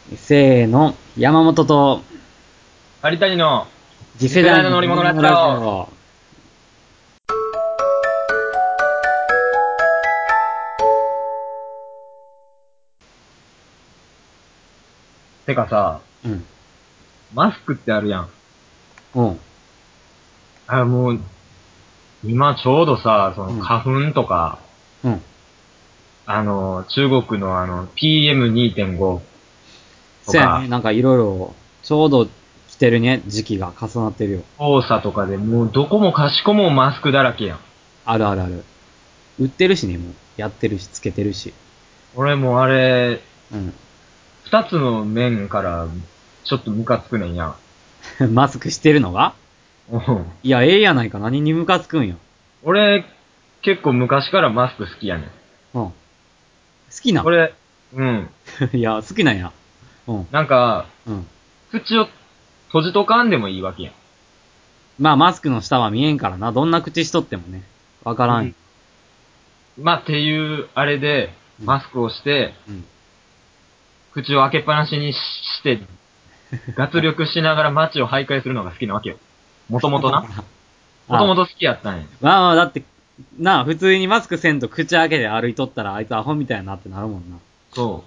せーの、山本と有谷の次世代の乗り物ラジオ。 てかさ、 うん。 マスクってあるやん。 うん。 もう、今ちょうどさ、そのうん。 花粉とか、 うん。 中国のPM2.5 とそうやね。 か、 なんかいろいろ、ちょうど来てるね、時期が重なってるよ。 黄砂とかでもうどこもかしこもマスクだらけやん。 あるあるある。売ってるしね、もう。やってるし、つけてるし。 俺もあれ、 うん。 二つの面からちょっとムカつくねんや。 マスクしてるのがうん。 いや、ええやないか。何にムカつくんや。 俺、結構昔からマスク好きやねん。 うん。好きな。 俺、うん。 いや、好きなんや。うん。 なんか、 うん。 口を閉じとかんでもいいわけやん。 まあ、マスクの下は見えんからな。どんな口しとってもね。わからんよ。 まあ、っていう、あれで、 うん。 マスクをして、 うん。 口を開けっぱなしにして、脱力しながら街を徘徊するのが好きなわけよ。もともとな。もとあ、 もと好きやったんや。 まあまあ、だって、なあ、普通にマスクせんと口開けて歩いとったらあいつアホみたいなってなるもんな。 そう。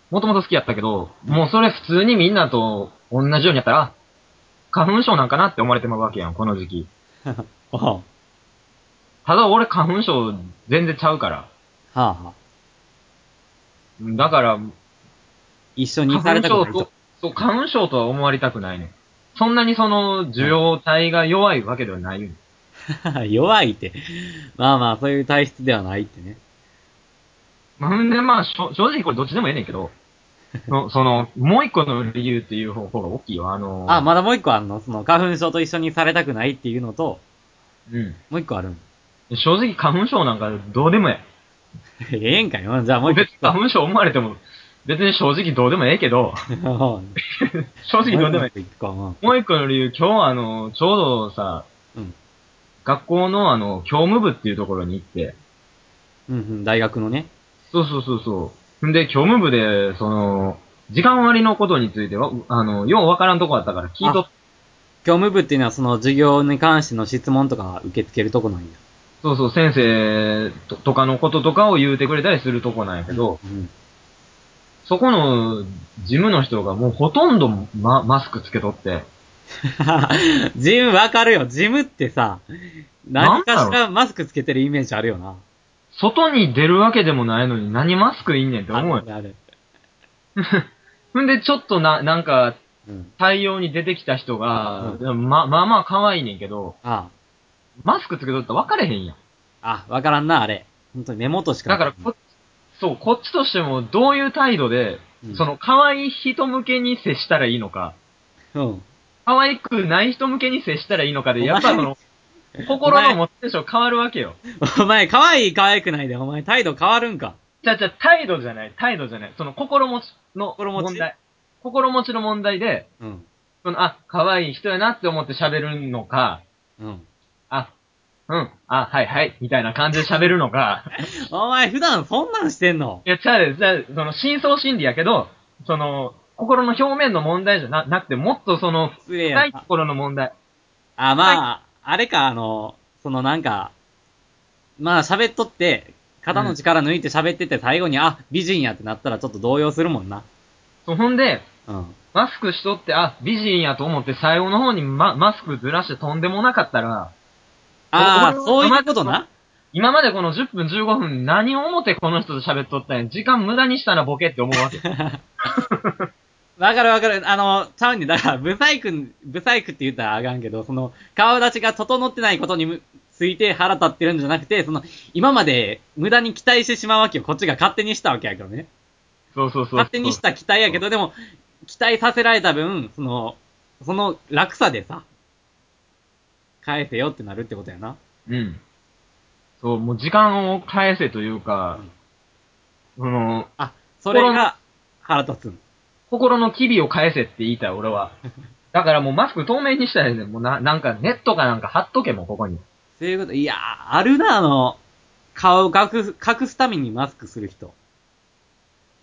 もともと好きやったけど、 うん。 もうそれ普通にみんなと同じようにやったら、あ花粉症なんかなって思われてまうわけやん、この時期。 おう。はただ俺花粉症全然ちゃうから。 あはあ。 だから、 一緒にされ花粉たくないと。 症と、そう、花粉症とは思われたくないねん。そんなにその、受う容体が弱いわけではないよ。 ん。弱いって。まあまあ、そういう体質ではないってね。 まあ、んでまあ、正直これどっちでもええねんけど、もう一個の理由っていう方が大きいよ。 あ、まだもう一個あんのその、花粉症と一緒にされたくないっていうのと、 うん。 もう一個あるん。 正直花粉症なんかどうでもえええんかよ。じゃあもうえ。 一個聞くわ。 別に花粉症思われても、別に正直どうでもええけど、正直もう一個のどうでもええ。 人行くか。 もう一個の理由、今日ちょうどさ、 うん。 学校の教務部っていうところに行って、 うん、うん、大学のね。 そうそうそうそう。んで、教務部で、時間割のことについては、ようわからんとこあったから聞いあ、 とっ教務部っていうのはその授業に関しての質問とか受け付けるとこなんや。 そうそう、先生とかのこととかを言うてくれたりするとこなんやけうん、 ど、 うん。 そこの事務の人がもうほとんどマスクつけとって、 ジムわかるよ。ジムってさ、何かしなんだろう、 らマスクつけてるイメージあるよな。 外に出るわけでもないのに何マスクいんねんってあ思うよ。 るあるある。 んで、ちょっとなんか、 うん。 対応に出てきた人が、 うん。 まあまあ可愛いねんけど、 あマスクつけとったら分かれへんやん。 あ。あ、わからんな、あれ。本当に目元しかわからん。 だからそう、こっちとしてもどういう態度で、 うん。 その可愛い人向けに接したらいいのか、 うん。 可愛くない人向けに接したらいいのかで、 お前、 やっぱ心のお前、 モチベーション変わるわけよ。 お前、可愛い可愛くないで、お前態度変わるんか。 態度じゃない、態度じゃない。その心持ちの心持ち問題。心持ちの問題で、 うん。 可愛い人やなって思って喋るのか、 うん。 あ、うん、はいはい、みたいな感じで喋るのか、 お前、普段そんなんしてんのいや、じゃあ、深層心理やけど、心の表面の問題じゃなくて、もっと失礼やな。 深いところの問題。 あ、 深い、 まあ、あれか、そのなんか、まあ喋っとって、肩のうん。 力抜いて喋ってて最後に、あ、美人やってなったらちょっと動揺するもんな。 そう、ほんで、 うん。 マスクしとって、美人やと思って最後の方にマスクずらしてとんでもなかったら、 ああ、 俺はそういうことな。 今までこの10分15分何を思ってこの人と喋っとったんや。時間無駄にしたなボケって思うわけ。 わかるわかる。ちゃうんで、だから、ブサイクって言ったらあかんけど、その、顔立ちが整ってないことについて腹立ってるんじゃなくて、その、今まで無駄に期待してしまうわけよ。こっちが勝手にしたわけやけどね。 そうそうそう勝手にそうした期待やそう。 けど、でも、期待させられた分、その落差でさ、返せよってなるってことやな。 うん。そう、もう時間を返せというか、 うん。 その、 あ、それ心の、 が腹立つん。 心の機微を返せって言いたい、俺は。だからもうマスク透明にしたらね、もうなんかネットかなんか貼っとけもうここに。 そういうこと、いやー、あるな、顔を隠すためにマスクする人。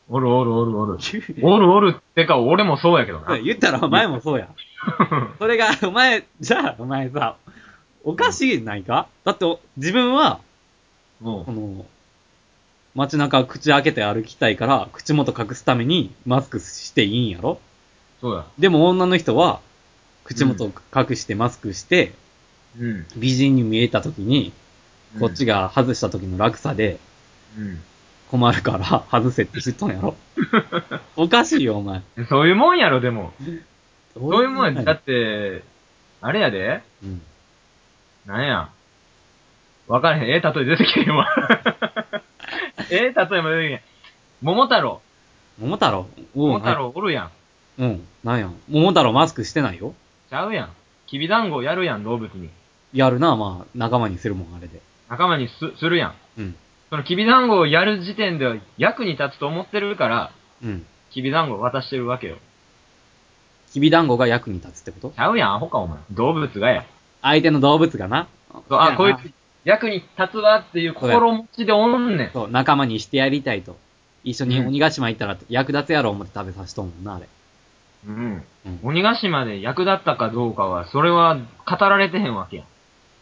おるおるおるおる。おるおるってか、俺もそうやけどな。 言ったらお前もそうや。それが、じゃあお前さ、おかしいないかだって、自分は、 うん。 この、街中口開けて歩きたいから、口元隠すためにマスクしていいんやろそうや。 でも女の人は、口元を隠してマスクして、 うん。 美人に見えた時に、 うんこっちが外した時の落差でうん。 困るから外せって知っとんやろおかしいよ、お前。 そういうもんやろ、でも。そういうもんや。だっって、あれやでうん。 なんや。わからへん。例え出てけへんわ。例えも出てけへん。桃太郎。 桃太郎桃太郎おるやん。 うん。なんや。桃太郎マスクしてないよ。 ちゃうやん。きびだんごやるやん、動物に。 やるな、まあ、仲間にするもん、あれで。 仲間にするやん。 うん。 そのきびだんごをやる時点では役に立つと思ってるから、 うん。 きびだんごを渡してるわけよ。 きびだんごが役に立つってことちゃうやん、アホかお前。動物がや。 相手の動物がな。 そうあ、こいつ、役に立つわっていう心持ちでおんねん。 そう、仲間にしてやりたいと。一緒にうん鬼ヶ島行ったら役立つやろ思って食べさしとんもんな、あれ。 うん。 うん鬼ヶ島で役立ったかどうかは、それは語られてへんわけやん。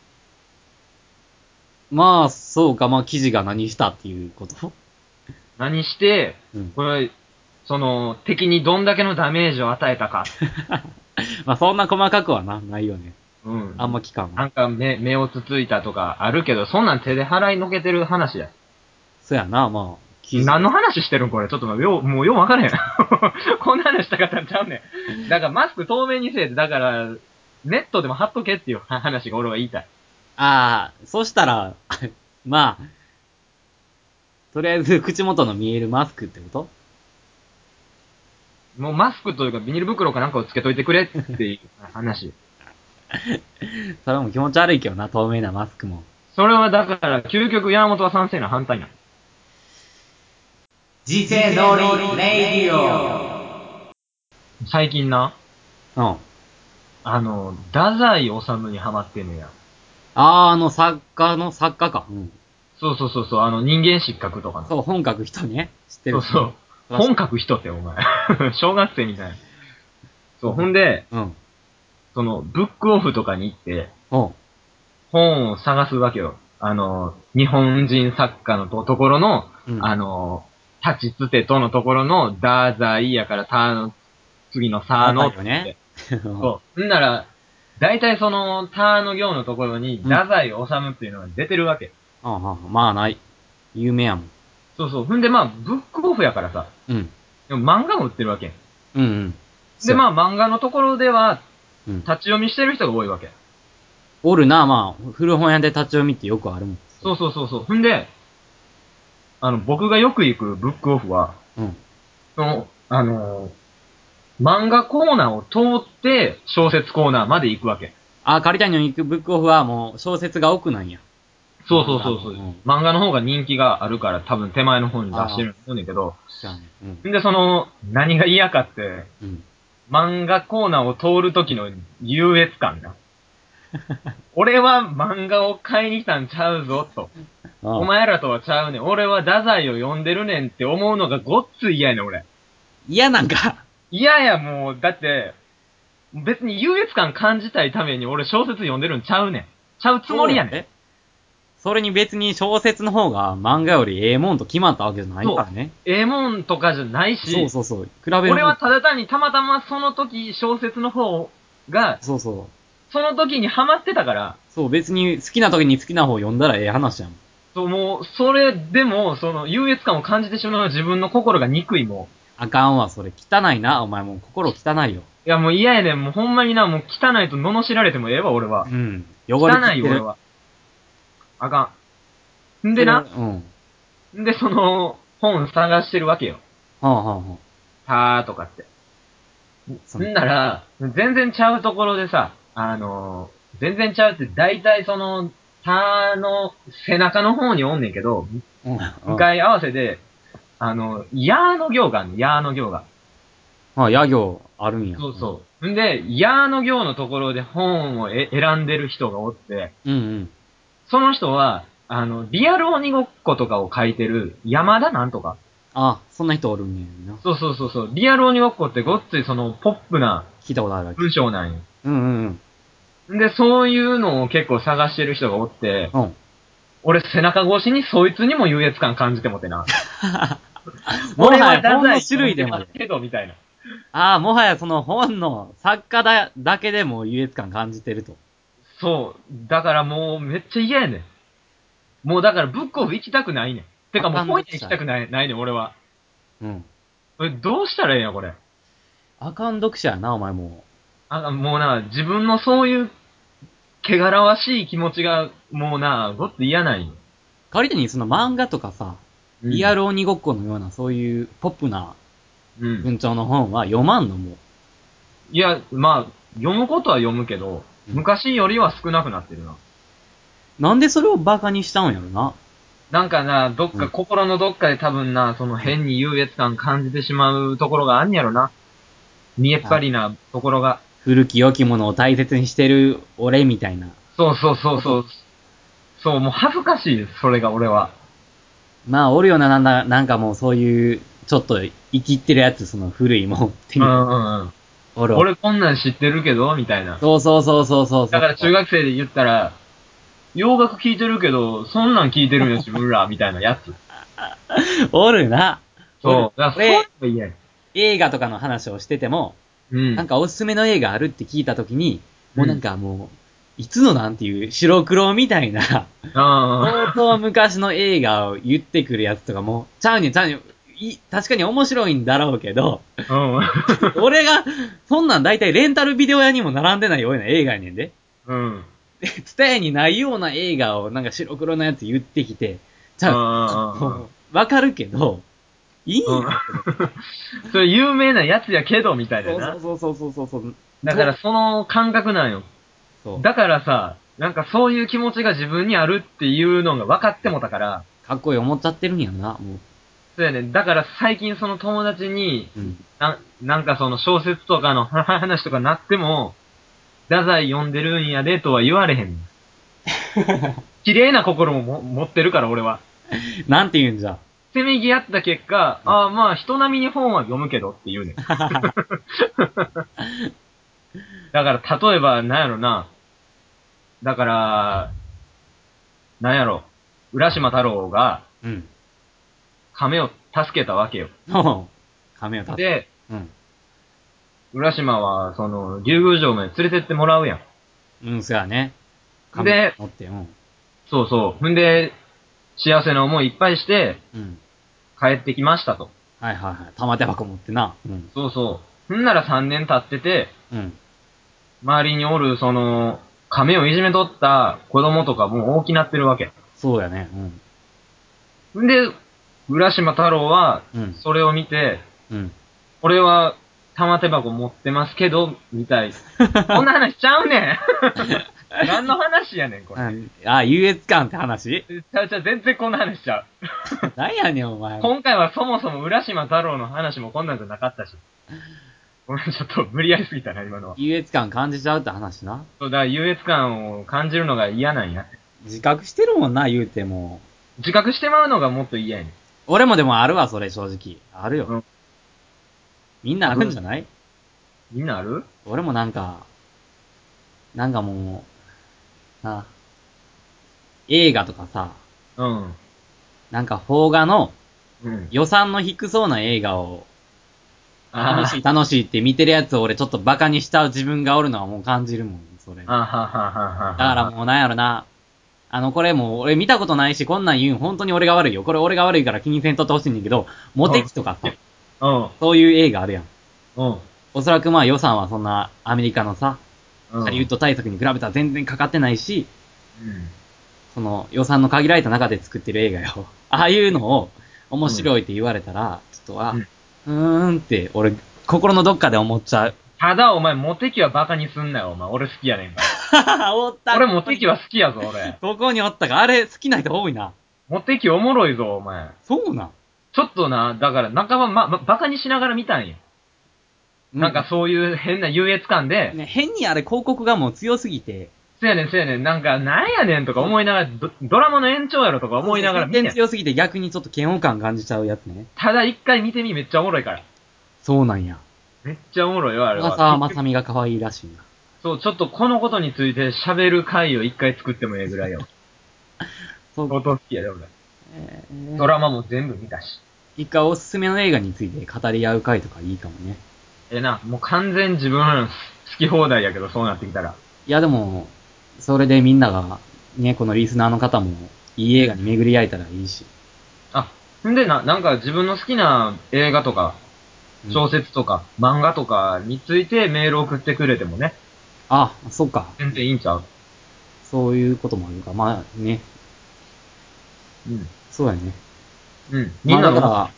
まあ、そうか、まあ、記事が何したっていうこと何して、 うん。 これ、敵にどんだけのダメージを与えたか。 まあ、そんな細かくはないよね。 うん。 あんま聞かんわ。 なんか目をつついたとかあるけど、そんなん手で払いのけてる話や。 そやな、まあ、記事。 何の話してるんこれ。ちょっともうよう分からへん。こんな話したかったんちゃうねん。だからマスク透明にせえって、だから、ネットでも貼っとけっていう話が俺は言いたい。 ああ、そしたら、まあ、とりあえず口元の見えるマスクってこともうマスクというかビニール袋かなんかをつけといてくれっていう話。 それも気持ち悪いけどな、透明なマスクも。 それはだから、究極山本は賛成な反対なの。 次世のレイディオ。 最近な、 うん。 太宰治にハマってんねや。 作家か。うん。 そうそうそうそう、人間失格とかの。 そう、本書く人ね。知ってる。 そうそう。本書く人ってお前。小学生みたいな。そう、ほんで、 うん。 ブックオフとかに行って、 うん。 本を探すわけよ。日本人作家のところの、 うん立ちつてとのところの、太宰やからたの、次のさのっよね。 て。そう。んなら、大体たの行のところに、太宰治っていうのが出てるわけ。 うん。まあ、ない。有名やもん。 そうそう。ふんでまあ、ブックオフやからさ、 うん。 でも漫画も売ってるわけ。 うんうん。 でまあ、漫画のところでは、 うん。 立ち読みしてる人が多いわけ。 おるな、まあ、古本屋で立ち読みってよくあるもん。 そうそうそうそう。ふんで、僕がよく行くブックオフは、 うん。 その、漫画コーナーを通って小説コーナーまで行くわけ。 借りたいのに行くブックオフはもう小説が奥なんや。 そうそうそうそう、 うん漫画の方が人気があるから多分手前の方に出してるんだけど、 そうやね。うん。 で、何が嫌かって、 うん。 漫画コーナーを通る時の優越感な。俺は漫画を買いに来たんちゃうぞ、と。お前らとはちゃうねん。俺は太宰を読んでるねんって思うのがごっつ嫌やねん、俺。 嫌なんか。 嫌や、もう、だって、別に優越感感じたいために俺小説読んでるんちゃうねん。ちゃうつもりやねん。 それに別に小説の方が漫画よりええもんと決まったわけじゃないからね。 ええもんとかじゃないし、 そう。比べる。 俺はただ単にたまたまその時小説の方が、 そう。 その時にハマってたから、 そう、別に好きな時に好きな方読んだらええ話やん。 もう、それでも、優越感を感じてしまう自分の心が憎いもん。 あかんわ、それ。汚いな、お前もう心汚いよ。 いやもう嫌やねん、もうほんまにな、もう汚いと罵られてもええわ、俺はう。ん。汚れ汚いよ、 てる。 俺は。あかん。んでな、 うん。 んで本探してるわけよ。 はたーとかって。んなら、全然ちゃうところでさ、全然ちゃうって大体たの背中の方におんねんけど、向かい合わせで、やーの行があんねん、やーの行が。 野行あるんや。 そうそう。んで、やーの行のところで本を選んでる人がおって、 うん。 その人は、リアル鬼ごっことかを書いてる山田なんとか。 あ、そんな人おるんやな。 そうそうそうそう。リアル鬼ごっこってごっついそのポップな聞いたことあるわけ。 文章なんよ。 うんうんで、そういうのを結構探してる人がおって、 うん。うん。 俺背中越しにそいつにも優越感感じてもってな。 も俺はや本のは太宰種類でも読んでますけど、みたいな。 ああ、もはやその本の作家だけでも優越感感じてると。 そう。だからもうめっちゃ嫌やねん。もうだからブックオフ行きたくないねん。てかもう本屋行きたくないねん、俺は。 うん。 どうしたらええんや、これ。 あかん読者やな、お前ももうな、自分のそういう汚らわしい気持ちが、もうな、ごっつ嫌なんよ。 う。仮にその漫画とかさ、 うんリアル鬼ごっこのようなそういうポップなうん。 文鳥の本は読まんのもいや、まあ、読むことは読むけど、 う。うん。 昔よりは少なくなってるな。 なんでそれをバカにしたんやろな。 なんかな、どっか、 うん。 心のどっかで多分な、その変に優越感感じてしまうところがあんやろな。見えっ張あ、 りなところが。 古き良きものを大切にしてる俺みたいなそうそうそうこと。 そう。そう、もう恥ずかしいです、それが俺は。 まあ、おるよな、なんかもうそういう、ちょっと生きってるやつ、その古いもん手うんに、 うんうん。 おるおる。 俺こんなん知ってるけど、みたいな。 そうそうそうそうそうそう。 だから中学生で言ったら、洋楽聴いてるけど、そんなん聴いてるんよ、自分ら、みたいなやつ。 おるな。おる。 そう。だからそういう俺、 のが嫌や。 映画とかの話をしてても、 うん。 なんかおすすめの映画あるって聞いたときに、もうなんうん。 かもう、いつのなんていう白黒みたいな、相あ当昔の映画を言ってくるやつとかも、ちゃうねん、確かに面白いんだろうけど、 あ。うん。 俺が、そんなん大体レンタルビデオ屋にも並んでないような映画やねんで。 うん。 ツタヤにないような映画をなんか白黒のやつ言ってきて、じゃうん。 あ、 うん。 もうわかるけど、いいんうん。 やって思ってな。 それ有名なやつやけど、みたいなそうな。 そうそうそうそうそう。 だからその感覚なんよ。 そう。 だからさ、なんかそういう気持ちが自分にあるっていうのが分かってもたから、 かっこいい思っちゃってるんやろな、もう。 そうやね。だから最近その友達に、 うん。 なんかその小説とかの話とかなっても、太宰読んでるんやでとは言われへん。綺麗な心も持ってるから俺は。 なんて言うんじゃ。 せめぎ合った結果、ああまあ人並みに本は読むけどって言うねん。だから例えば、なんやろな。だから、なんやろ。浦島太郎がうん。 亀を助けたわけよ。 おう。亀を立つ。 で、 うん。 浦島は、その、竜宮城まで連れてってもらうやうん、そやね。 ん。 亀で、 乗って、うん。 そうそう。んで、幸せな思いいっぱいして、 うん。 帰ってきましたと。 はいはいはい。玉手箱持ってな。うん。 そうそう。んなら3年経ってて、 うん。 周りにおる、その、亀をいじめとった子供とかもう大きなってるわけ。 そうやね。 んで、浦島太郎はうん。うん。 それを見て、 うん。 俺は玉手箱持ってますけど、みたい。こんな話しちゃうねん。何の話やねん、これ。 うん。あ、優越感って話全然こんな話しちゃう。 なんやねん、お前。 今回はそもそも浦島太郎の話もこんなんじゃなかったし。ごめん、ちょっと無理やりすぎたな、今のは。 優越感感じちゃうって話な。 そう、だから優越感を感じるのが嫌なんや。 自覚してるもんな、言うても。 自覚してまうのがもっと嫌やねん。 俺もでもあるわ、それ、正直。あるよ。 うん。 みんなあるんじゃない？ みんなある？ 俺もなんかもう、映画とかさ、 うん。 なんか邦画のうん。 予算の低そうな映画を楽しいあ楽しいって見てるやつを俺ちょっとバカにしちゃう自分がおるのはもう感じるもん、それ。 あ、ははははは。 だからもうなんやろな。これもう俺見たことないし、こんなん言うん本当に俺が悪いよ。これ俺が悪いから気にせんとってほしいんだけど、モテキとかさ、 うん。 そういう映画あるやん。 うん。 おそらくまあ予算はそんなアメリカのさ、 うん。 ハリウッド大作に比べたら全然かかってないし、 うん。 その予算の限られた中で作ってる映画よ。ああいうのを面白いって言われたら、ちょっとは、って俺心のどっかで思っちゃう。 ただお前、モテキはバカにすんなよ、お前。俺好きやねんから。 おった。 俺モテキは好きやぞ、俺。 ここにおったか。あれ好きな人多いな。 モテキおもろいぞ、お前。 そうなん。 ちょっとな、だから半ばバカにしながら見たんや。なんかそういう変な優越感で、 ね、変にあれ広告がもう強すぎて、 せやねんせやねん。なんか、なんやねんとか思いながら、ドラマの延長やろとか思いながら見てん。 全然強すぎて逆にちょっと嫌悪感感じちゃうやつね。 ただ一回見てみめっちゃおもろいから。 そうなんや。 めっちゃおもろいよ、あれは。 小沢まさみが可愛いらしいな。 そう、ちょっとこのことについて喋る回を一回作ってもええぐらいよ。 そう相当好きやで、俺。ドラマも全部見たし。 一回おすすめの映画について語り合う回とかいいかもね。 もう完全自分好き放題やけど、そうなってきたら。 いやでも、それでみんなが、ね、このリスナーの方も、いい映画に巡り合えたらいいし。 んでなんか自分の好きな映画とか、小説とか、漫画とかについてメール送ってくれてもね。 あ、そうか。 全然いいんちゃう？ そういうこともあるか。まあね。 うん。 そうやね。 うん。みんなの、 まあだから、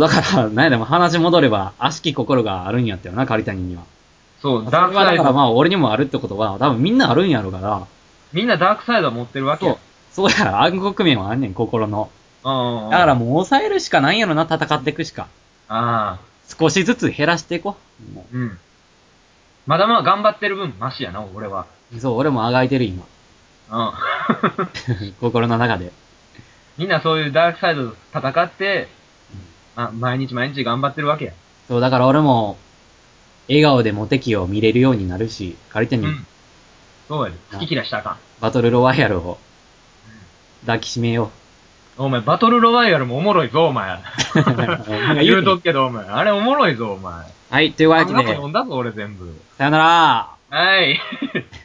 だから、なんやでも話戻れば、悪しき心があるんやったよな、カリタニには。 そう、 それはだダークサイド。 からまあ俺にもあるってことは、多分みんなあるんやろから、 みんなダークサイド持ってるわけそうや。。 そうや、暗黒面はあんねん、心の。 うん。 だからもう抑えるしかないんやろな、戦っていくしか。 ああ。 少しずつ減らしていこう。もうん。まだまあ頑張ってる分、マシやな、俺は。 そう、俺もあがいてる今。 うん。 心の中で。 みんなそういうダークサイドと戦って、毎日毎日頑張ってるわけや。 そう、だから俺も、笑顔でモテキを見れるようになるし、カリタにうん。そうやで。好き嫌いしたらあかん。 バトルロワイヤルを抱きしめよお前、バトルロワイヤルもおもろいぞ、お前。 う。なんか言うとくけど、お前。あれおもろいぞ、お前。 はい、というわけ漫画もで、 読んだぞ、俺全部。 さよなら。 はい。